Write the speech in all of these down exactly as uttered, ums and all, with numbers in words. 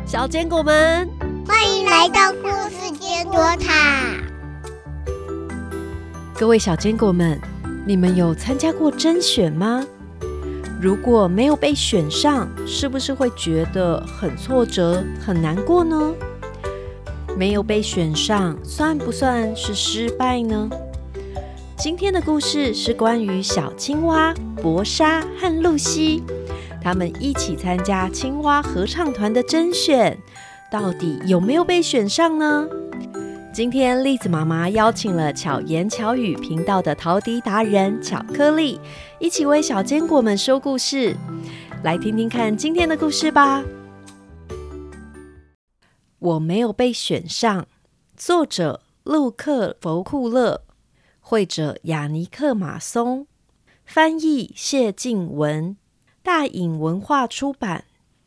小坚果们， 欢迎来到故事坚果塔。 各位小坚果们，你们有参加过甄选吗？如果没有被选上，是不是会觉得很挫折、很难过呢？没有被选上，算不算是失败呢？今天的故事是关于小青蛙博莎和露西，他们一起参加青蛙合唱团的甄选，到底有没有被选上呢？今天栗子妈妈邀请了巧言巧语频道的陶笛达人巧克力，一起为小坚果们说故事。来听听看今天的故事吧。我没有被选上，作者路克·弗库勒，绘者雅尼克·马松，翻译谢静文，大颖文化出版。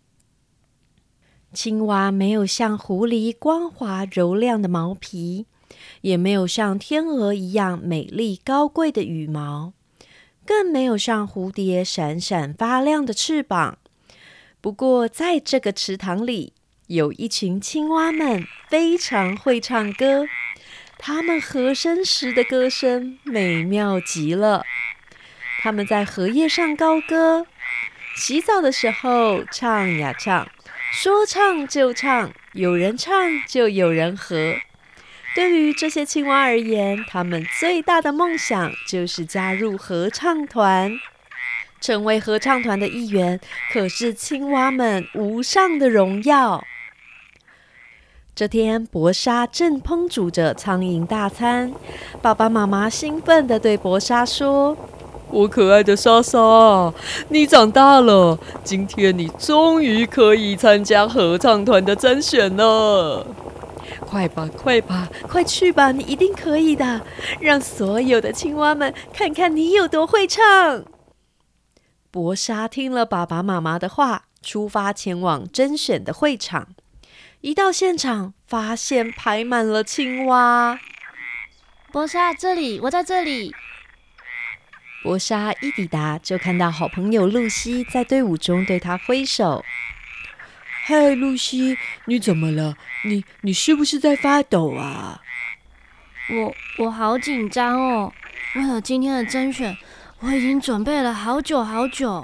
青蛙没有像狐狸光滑柔亮的毛皮，也没有像天鹅一样美丽高贵的羽毛，更没有像蝴蝶闪闪发亮的翅膀。不过在这个池塘里，有一群青蛙们非常会唱歌，它们和声时的歌声美妙极了。它们在荷叶上高歌，洗澡的时候唱呀唱，说唱就唱，有人唱就有人和。对于这些青蛙而言，他们最大的梦想就是加入合唱团。成为合唱团的一员，可是青蛙们无上的荣耀。这天，博莎正烹煮着苍蝇大餐，爸爸妈妈兴奋地对博莎说：我可爱的莎莎，你长大了，今天你终于可以参加合唱团的甄选了。快吧，快吧，快去吧，你一定可以的，让所有的青蛙们看看你有多会唱。博莎听了爸爸妈妈的话，出发前往甄选的会场。一到现场，发现排满了青蛙。 博莎，这里，我在这里。 博莎一抵达，就看到好朋友露西在队伍中对他挥手。嘿，露西，你怎么了？你你是不是在发抖啊？ 我我好紧张哦！为了今天的甄选，我已经准备了好久好久。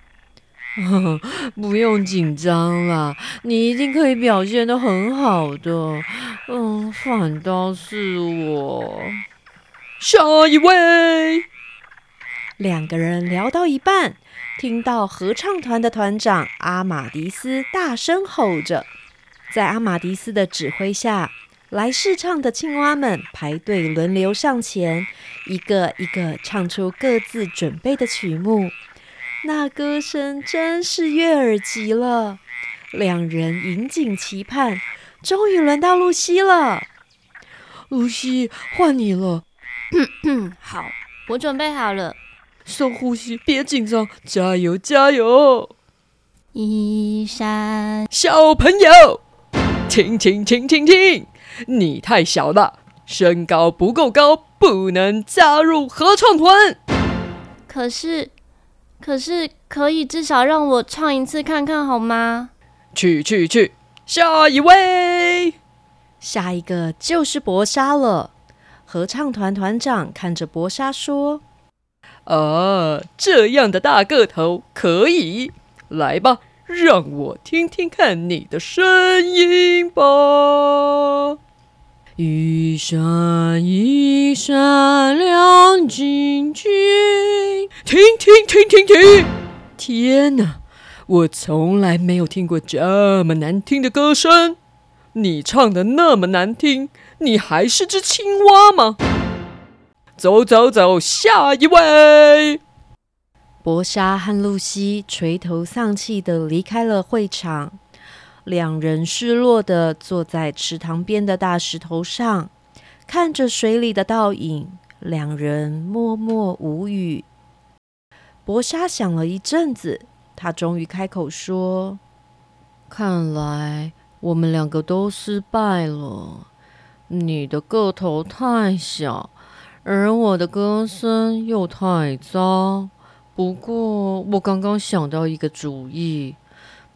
不用紧张啦，你一定可以表现得很好的。嗯，反倒是我。下一位。两个人聊到一半，听到合唱团的团长阿马迪斯大声吼着。在阿马迪斯的指挥下，来试唱的青蛙们排队轮流上前，一个一个唱出各自准备的曲目。那歌声真是悦耳极了，两人引颈期盼。终于轮到露西了。露西，换你了。 好，我准备好了。 深呼吸，别紧张，加油加油！ 一闪， 小朋友，停停停停停！你太小了，身高不够高，不能加入合唱团。 可是。可是，可以至少让我唱一次看看好吗？ 去去去，下一位。下一个就是博莎了。合唱团团长看着博莎说：啊，这样的大个头可以，来吧，让我听听看你的声音吧。一闪一闪亮晶晶，停停停停停！天哪，我从来没有听过这么难听的歌声。你唱得那么难听，你还是只青蛙吗？走走走，下一位。博莎和露西垂头丧气地离开了会场。两人失落地坐在池塘边的大石头上，看着水里的倒影，两人默默无语。博莎想了一阵子，她终于开口说：看来我们两个都失败了。你的个头太小，而我的歌声又太糟。不过我刚刚想到一个主意，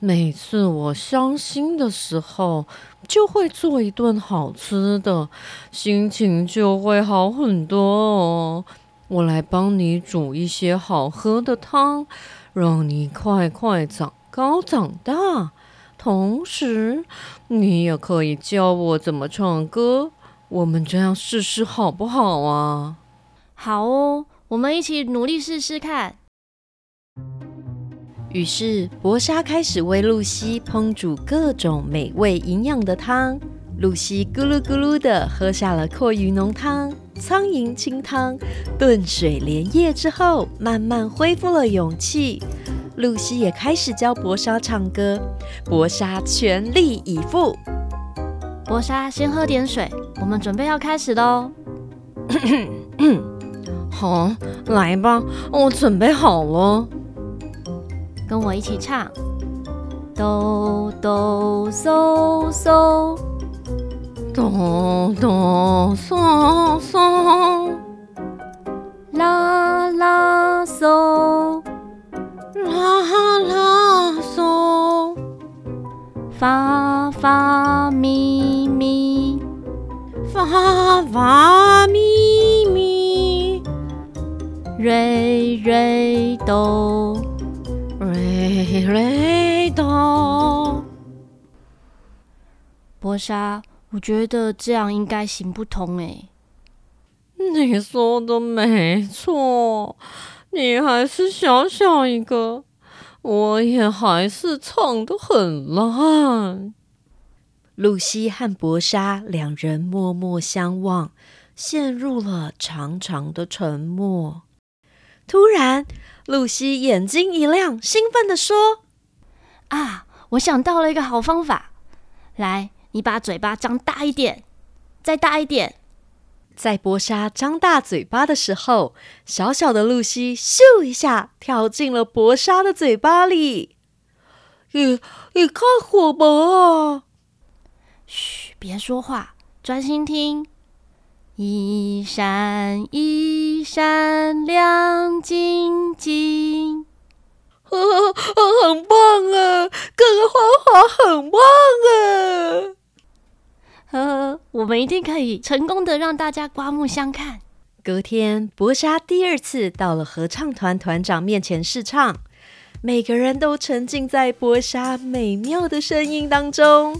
每次我伤心的时候，就会做一顿好吃的，心情就会好很多哦。我来帮你煮一些好喝的汤，让你快快长高长大。同时，你也可以教我怎么唱歌，我们这样试试好不好啊？ 好哦，我们一起努力试试看。 于是，博莎开始为露西烹煮各种美味营养的汤。露西咕噜咕噜地喝下了阔鱼浓汤、苍蝇清汤、炖水莲叶之后，慢慢恢复了勇气。露西也开始教博莎唱歌，博莎全力以赴。 博莎，先喝点水，我们准备要开始喽。 好，来吧，我准备好了。 跟我一起唱，哆哆嗦嗦， 哆哆嗦嗦， 啦啦嗦， 啦啦嗦， 发发咪咪， 发发咪咪， 瑞瑞哆。 瑞瑞哆。 博莎，我觉得这样应该行不通诶。 你说的没错，你还是小小一个，我也还是唱得很烂。露西和博莎两人默默相望，陷入了长长的沉默。突然，露西眼睛一亮，兴奋地说： 啊，我想到了一个好方法！来，你把嘴巴张大一点，再大一点。 在博莎张大嘴巴的时候，小小的露西咻一下跳进了博莎的嘴巴里。也也太火吧！ 嘘，别说话，专心听。一闪一闪亮晶晶， 呵呵呵，很棒啊！哥哥花花很棒啊！ 呵呵，我们一定可以成功的让大家刮目相看。 隔天，博莎第二次到了合唱团团长面前试唱，每个人都沉浸在博莎美妙的声音当中。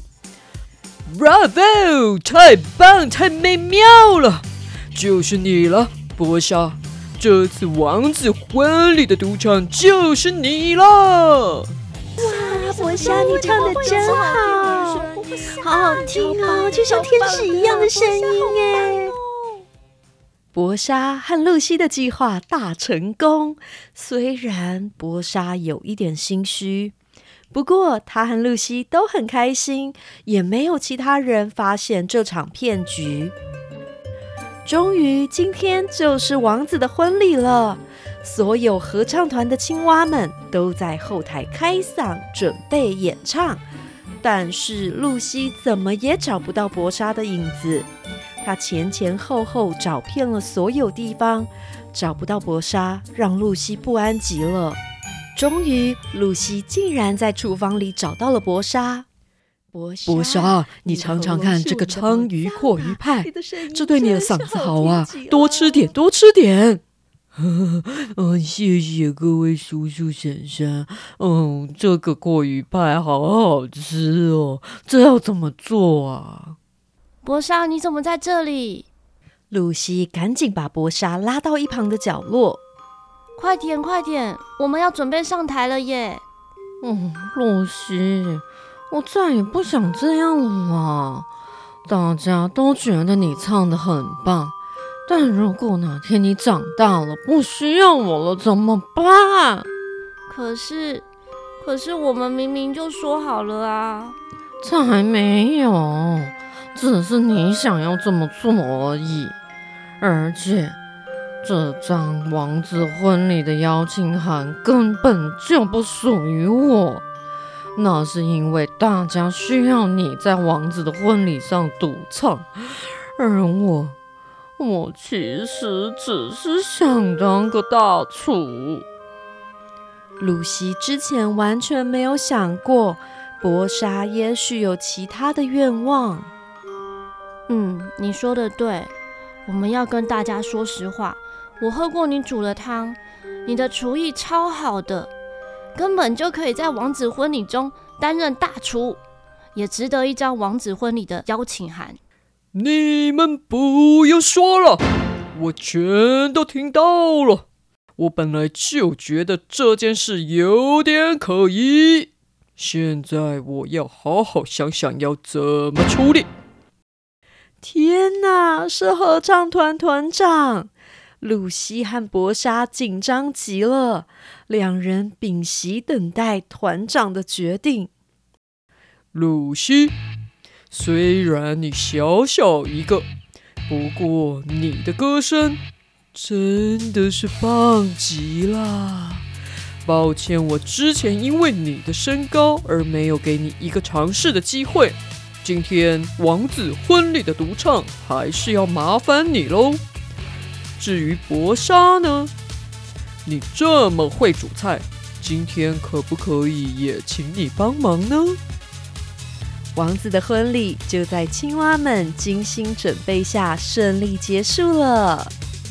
Bravo！ 太棒，太美妙了！就是你了，博莎。这次王子婚礼的独唱就是你了！ 哇，博莎，你唱得真好，好好听哦，就像天使一样的声音耶！博莎和露西的计划大成功，虽然博莎有一点心虚。不过，他和露西都很开心，也没有其他人发现这场骗局。终于，今天就是王子的婚礼了。所有合唱团的青蛙们都在后台开嗓，准备演唱。但是，露西怎么也找不到博莎的影子。她前前后后找遍了所有地方，找不到博莎，让露西不安极了。终于，露西竟然在厨房里找到了博莎。 博莎，你尝尝看这个鲳鱼阔鱼派，这对你的嗓子好啊！多吃点，多吃点。嗯，谢谢各位叔叔婶婶。嗯，这个阔鱼派好好吃哦，这要怎么做啊？ 博莎，你怎么在这里？ 露西赶紧把博莎拉到一旁的角落。 快点，快点，我们要准备上台了耶！ 嗯，露西，我再也不想这样了啦。大家都觉得你唱得很棒，但如果哪天你长大了，不需要我了，怎么办？ 可是，可是我们明明就说好了啊！ 才没有，只是你想要这么做而已。而且，这张王子婚礼的邀请函根本就不属于我，那是因为大家需要你在王子的婚礼上独唱，而我，我其实只是想当个大厨。 露西之前完全没有想过，博莎也许有其他的愿望。 嗯，你说的对，我们要跟大家说实话。我喝过你煮的汤，你的厨艺超好的，根本就可以在王子婚礼中担任大厨，也值得一张王子婚礼的邀请函。 你们不用说了，我全都听到了。我本来就觉得这件事有点可疑，现在我要好好想想要怎么处理。 天哪，是合唱团团长！露西和博莎紧张极了，两人屏息等待团长的决定。 露西，虽然你小小一个，不过你的歌声真的是棒极了。抱歉，我之前因为你的身高而没有给你一个尝试的机会。今天王子婚礼的独唱还是要麻烦你咯。至于博莎呢，你这么会煮菜，今天可不可以也请你帮忙呢？ 王子的婚礼就在青蛙们精心准备下顺利结束了。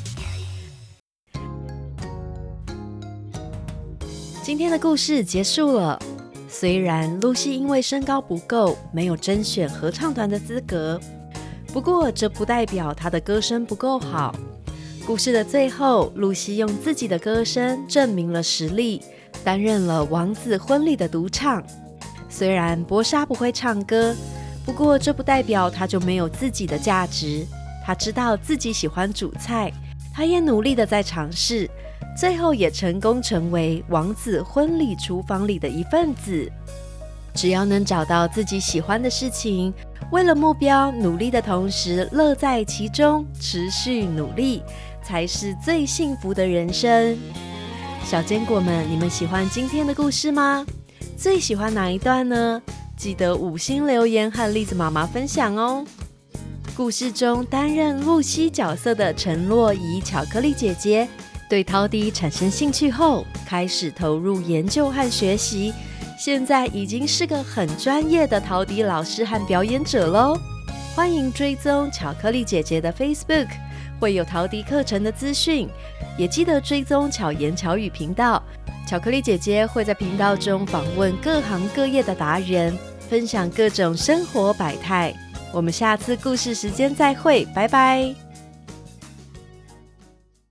今天的故事结束了。虽然露西因为身高不够，没有甄选合唱团的资格，不过这不代表她的歌声不够好。故事的最后，露西用自己的歌声证明了实力，担任了王子婚礼的独唱。虽然博莎不会唱歌，不过这不代表她就没有自己的价值。她知道自己喜欢煮菜，她也努力的在尝试，最后也成功成为王子婚礼厨房里的一份子。只要能找到自己喜欢的事情，为了目标努力的同时乐在其中，持续努力，才是最幸福的人生。小坚果们，你们喜欢今天的故事吗？最喜欢哪一段呢？记得五星留言和栗子妈妈分享哦。故事中担任露西角色的陈洛仪巧克力姐姐，对陶笛产生兴趣后，开始投入研究和学习，现在已经是个很专业的陶笛老师和表演者咯。欢迎追踪巧克力姐姐的 Facebook， 会有陶笛课程的资讯，也记得追踪巧言巧语频道。巧克力姐姐会在频道中访问各行各业的达人，分享各种生活百态。我们下次故事时间再会，拜拜。